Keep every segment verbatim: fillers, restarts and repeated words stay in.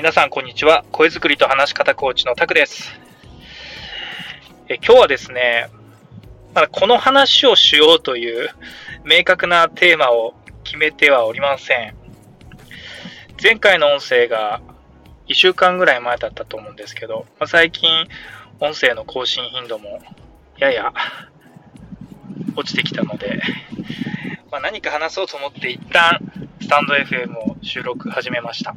皆さんこんにちは。声作りと話し方コーチのタクです。え今日はですね、まだこの話をしようという明確なテーマを決めてはおりません。前回の音声がいっしゅうかんぐらい前だったと思うんですけど、まあ、最近音声の更新頻度もやや落ちてきたので、まあ、何か話そうと思って一旦スタンド エフエム を収録始めました。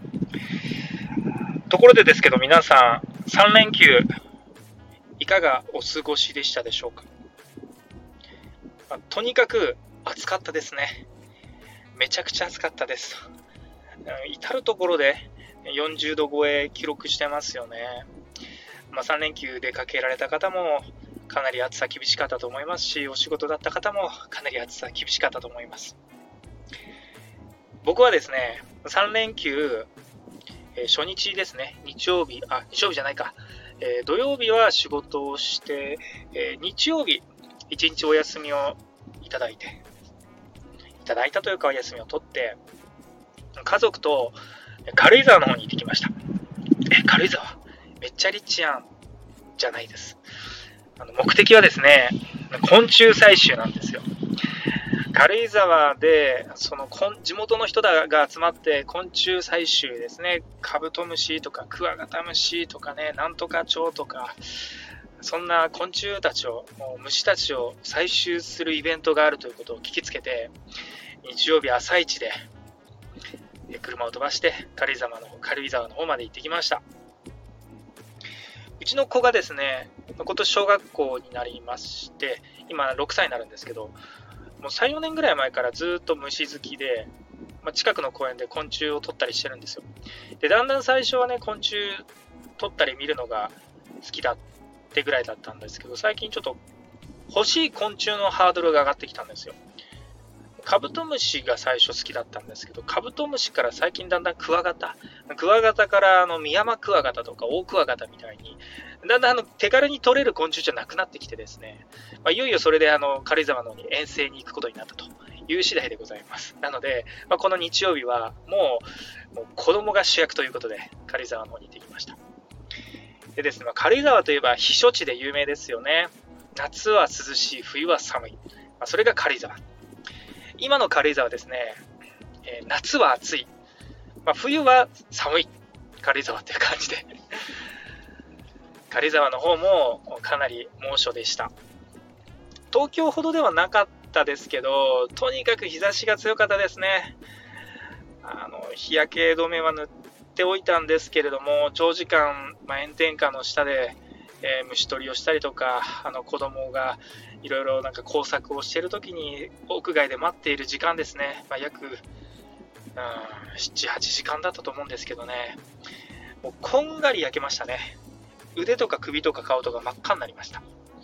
ところでですけど、皆さんさん連休いかがお過ごしでしたでしょうか。まあ、とにかく暑かったですね。めちゃくちゃ暑かったです。至るところでよんじゅうど超え記録してますよね。まあ、さん連休出かけられた方もかなり暑さ厳しかったと思いますし、お仕事だった方もかなり暑さ厳しかったと思います。僕はですね、さん連休えー、初日ですね、日曜日、あ、日曜日じゃないか、えー、土曜日は仕事をして、えー、日曜日、一日お休みをいただいて、いただいたというかお休みを取って、家族と軽井沢の方に行ってきました。え、軽井沢めっちゃリッチやん、じゃないです。あの目的はですね、昆虫採集なんですよ。軽井沢でその地元の人が集まって昆虫採集ですね、カブトムシとかクワガタムシとかね、なんとか蝶とか、そんな昆虫たちを、もう虫たちを採集するイベントがあるということを聞きつけて、日曜日朝一で車を飛ばして軽井沢の軽井沢の方まで行ってきました。うちの子がですね、今年小学校になりまして、今ろくさいになるんですけど、もうさん、よねんぐらい前からずっと虫好きで、まあ、近くの公園で昆虫を取ったりしてるんですよ。で、だんだん最初はね、昆虫取ったり見るのが好きだってぐらいだったんですけど、最近ちょっと欲しい昆虫のハードルが上がってきたんですよ。カブトムシが最初好きだったんですけど、カブトムシから最近だんだんクワガタ、クワガタからあのミヤマクワガタとかオオクワガタみたいに、だんだんあの手軽に取れる昆虫じゃなくなってきてですね、まあ、いよいよそれであの軽井沢の方に遠征に行くことになったという次第でございます。なので、まあ、この日曜日はもう、もう子供が主役ということで軽井沢の方に行ってきました。でですね、まあ、軽井沢といえば避暑地で有名ですよね。夏は涼しい、冬は寒い、まあ、それが軽井沢。今の軽井沢ですね、えー、夏は暑い、まあ、冬は寒い軽井沢っていう感じで軽井沢の方もかなり猛暑でした。東京ほどではなかったですけど、とにかく日差しが強かったですね。あの日焼け止めは塗っておいたんですけれども、長時間、まあ、炎天下の下で、えー、虫取りをしたりとか、あの子供がいろいろなんか工作をしているときに屋外で待っている時間ですね、まあ、約、うん、なな、はちじかんだったと思うんですけどね、もうこんがり焼けましたね。腕とか首とか顔とか真っ赤になりました。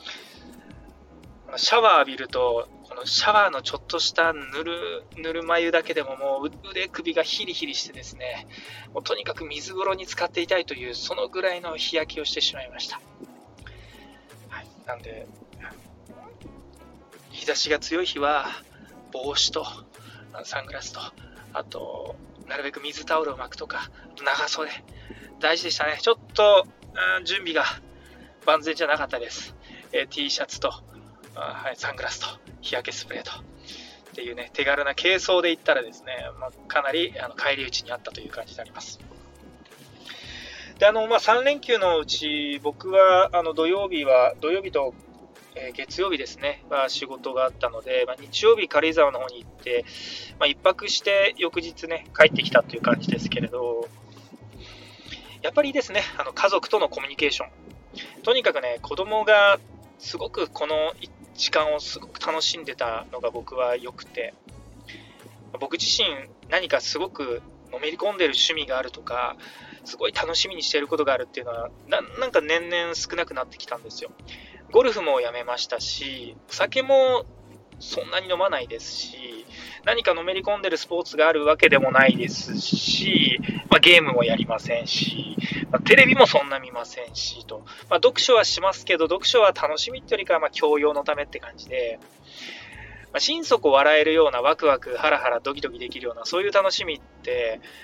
シャワー浴びると、このシャワーのちょっとしたぬるぬるま湯だけでももう腕首がヒリヒリしてですね、もうとにかく水風呂に浸かっていたいという、そのぐらいの日焼けをしてしまいました。はい、なんで日差しが強い日は帽子とサングラスと、あとなるべく水タオルを巻くとか、長袖大事でしたね。ちょっと、うん、準備が万全じゃなかったです。えー、T シャツと、はい、サングラスと日焼けスプレーとっていうね、手軽な軽装で行ったらですね、まあ、かなりあの返り討ちにあったという感じになります。で、あのまあ、さん連休のうち僕はあの土曜日は土曜日とえー、月曜日ですね、まあ、仕事があったので、まあ、日曜日軽井沢の方に行って、まあ、一泊して翌日ね帰ってきたという感じですけれど、やっぱりですね、あの家族とのコミュニケーション、とにかくね、子供がすごくこの時間をすごく楽しんでたのが僕は良くて、僕自身何かすごくのめり込んでる趣味があるとか、すごい楽しみにしていることがあるっていうのは な, なんか年々少なくなってきたんですよ。ゴルフもやめましたし、お酒もそんなに飲まないですし、何かのめり込んでるスポーツがあるわけでもないですし、まあ、ゲームもやりませんし、まあ、テレビもそんな見ませんしと、まあ、読書はしますけど、読書は楽しみってよりかはまあ教養のためって感じで、まあ、心底笑えるようなワクワクハラハラドキドキできるようなそういう楽しみって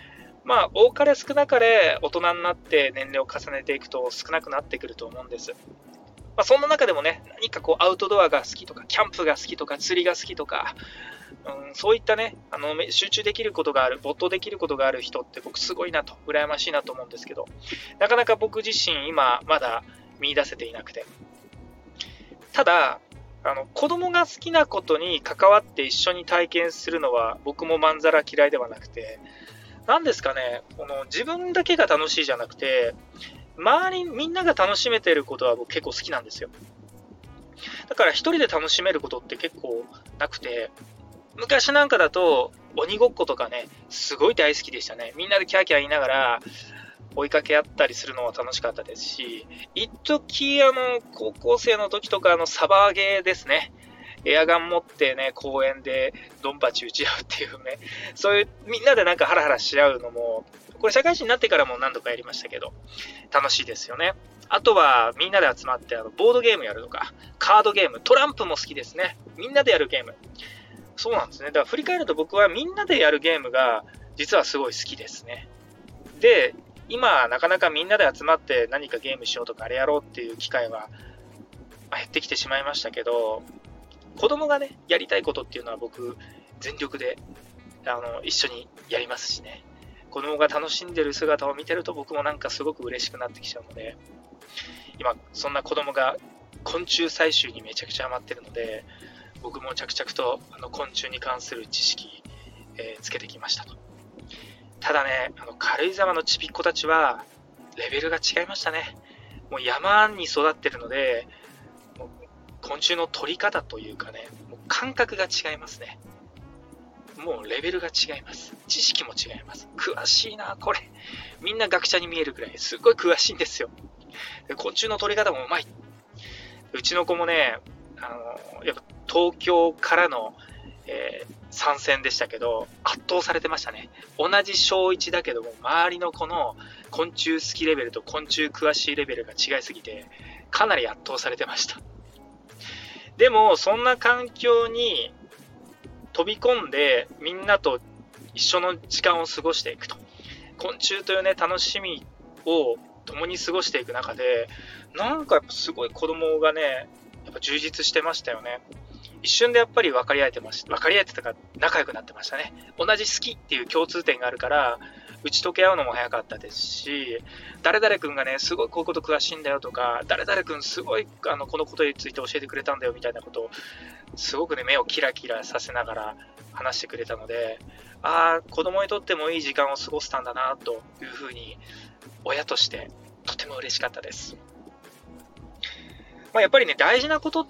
まあ多かれ少なかれ大人になって年齢を重ねていくと少なくなってくると思うんです。まあ、そんな中でもね、何かこうアウトドアが好きとかキャンプが好きとか釣りが好きとか、うん、そういったね、あの集中できることがある、没頭できることがある人って僕すごいなと、羨ましいなと思うんですけど、なかなか僕自身今まだ見出せていなくて。ただ、あの子供が好きなことに関わって一緒に体験するのは僕もまんざら嫌いではなくて、なんですかね、この自分だけが楽しいじゃなくて、周りみんなが楽しめてることは僕結構好きなんですよ。だから一人で楽しめることって結構なくて、昔なんかだと鬼ごっことかね、すごい大好きでしたね。みんなでキャーキャー言いながら追いかけ合ったりするのは楽しかったですし、一時あの高校生の時とかあのサバゲーですね。エアガン持ってね、公園でドンパチ打ち合うっていうね、そういうみんなでなんかハラハラし合うのも、これ社会人になってからも何度かやりましたけど、楽しいですよね。あとはみんなで集まってあのボードゲームやるとか、カードゲーム、トランプも好きですね。みんなでやるゲーム。そうなんですね。だから振り返ると僕はみんなでやるゲームが実はすごい好きですね。で、今なかなかみんなで集まって何かゲームしようとかあれやろうっていう機会は減ってきてしまいましたけど、子供がね、やりたいことっていうのは僕全力であの一緒にやりますしね。子供が楽しんでる姿を見てると僕もなんかすごく嬉しくなってきちゃうので、今そんな子供が昆虫採集にめちゃくちゃハマってるので、僕も着々とあの昆虫に関する知識、えーつけてきましたと。ただね、あの軽井沢のちびっ子たちはレベルが違いましたね。もう山に育ってるので、もう昆虫の取り方というかね、もう感覚が違いますね。もうレベルが違います。知識も違います。詳しいな、これ。みんな学者に見えるくらい、すごい詳しいんですよ。で昆虫の取り方もうまい。うちの子もね、あのやっぱ東京からの、えー参戦でしたけど、圧倒されてましたね。同じ小いちだけども、周りの子の昆虫好きレベルと昆虫詳しいレベルが違いすぎて、かなり圧倒されてました。でも、そんな環境に飛び込んで、みんなと一緒の時間を過ごしていくと。昆虫というね、楽しみを共に過ごしていく中で、なんかやっぱすごい子供がね、やっぱ充実してましたよね。一瞬でやっぱり分かり合えてました。分かり合えてたか仲良くなってましたね。同じ好きっていう共通点があるから、打ち解け合うのも早かったですし、誰々君がね、すごいこういうこと詳しいんだよとか、誰々君すごいあのこのことについて教えてくれたんだよみたいなことを、すごくね、目をキラキラさせながら話してくれたので、ああ、子供にとってもいい時間を過ごせたんだなというふうに、親としてとても嬉しかったです。まあ、やっぱりね、大事なことって、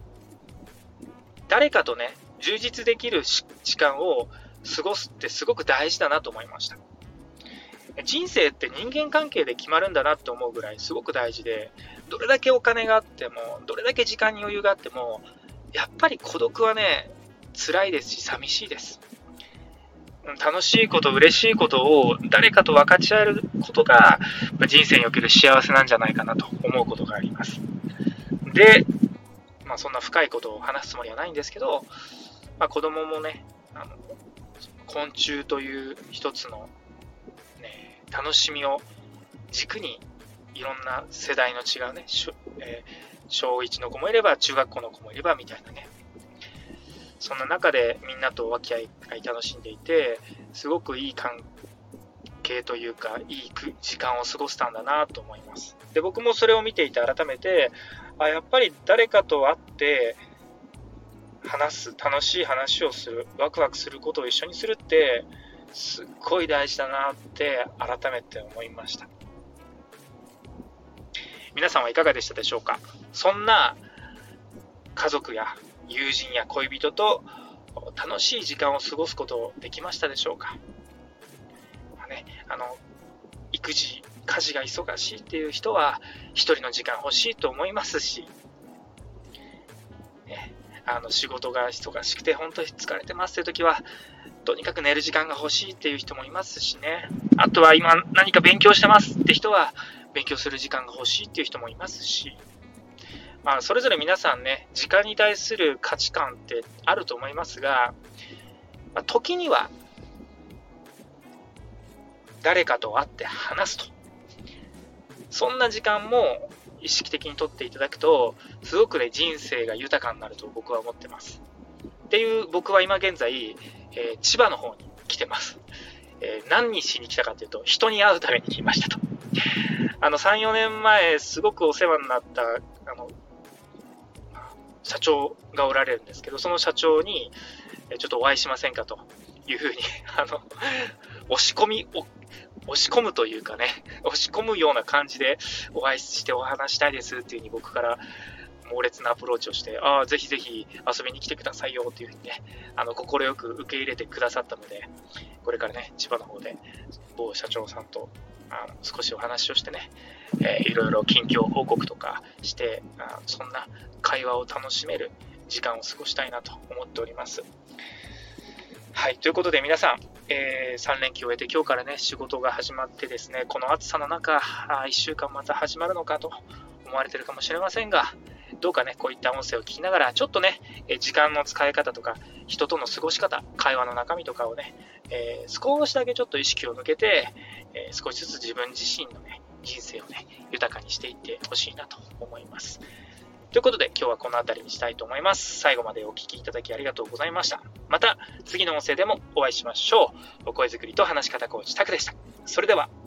誰かとね、充実できる時間を過ごすってすごく大事だなと思いました。人生って人間関係で決まるんだなって思うぐらいすごく大事で、どれだけお金があっても、どれだけ時間に余裕があっても、やっぱり孤独はね、辛いですし、寂しいです。楽しいこと、嬉しいことを誰かと分かち合えることが、人生における幸せなんじゃないかなと思うことがあります。で、まあ、そんな深いことを話すつもりはないんですけど、まあ、子供もね、あの昆虫という一つの、ね、楽しみを軸にいろんな世代の違うね、えー、小いちの子もいれば中学校の子もいればみたいなね、そんな中でみんなと和気あいあい楽しんでいて、すごくいい関係というかいい時間を過ごせたんだなと思います。で、僕もそれを見ていて改めて、あ、やっぱり誰かと会って話す、楽しい話をする、ワクワクすることを一緒にするってすっごい大事だなって改めて思いました。皆さんはいかがでしたでしょうか。そんな家族や友人や恋人と楽しい時間を過ごすことできましたでしょうか。まあね、あの育児家事が忙しいっていう人は一人の時間欲しいと思いますし、ね、あの仕事が忙しくて本当に疲れてますという時はとにかく寝る時間が欲しいっていう人もいますしね。あとは今何か勉強してますって人は勉強する時間が欲しいっていう人もいますし、まあ、それぞれ皆さんね、時間に対する価値観ってあると思いますが、まあ、時には誰かと会って話すと。そんな時間も意識的にとっていただくと、すごくね、人生が豊かになると僕は思ってます。っていう、僕は今現在、えー、千葉の方に来てます。えー、何にしに来たかというと、人に会うために来ましたと。あの、さん、よねんまえ、すごくお世話になった、あの、社長がおられるんですけど、その社長に、ちょっとお会いしませんかというふうに、あの、押し込み、押し込むというかね、押し込むような感じでお会いしてお話したいですっていうふうに僕から猛烈なアプローチをして、ああ、ぜひぜひ遊びに来てくださいよっていうふうにね、あの、快く受け入れてくださったので、これからね、千葉の方で某社長さんとあの少しお話をしてね、えー、いろいろ近況報告とかして、あそんな会話を楽しめる時間を過ごしたいなと思っております。はい、ということで皆さん、えー、さん連休を終えて今日からね、仕事が始まってですね、この暑さの中、あいっしゅうかんまた始まるのかと思われてるかもしれませんが、どうかね、こういった音声を聞きながら、ちょっとね、時間の使い方とか、人との過ごし方、会話の中身とかをね、えー、少しだけちょっと意識を抜けて、えー、少しずつ自分自身のね、人生をね、豊かにしていってほしいなと思います。ということで、今日はこの辺りにしたいと思います。最後までお聞きいただきありがとうございました。また次の音声でもお会いしましょう。お声作りと話し方コーチタクでした。それでは。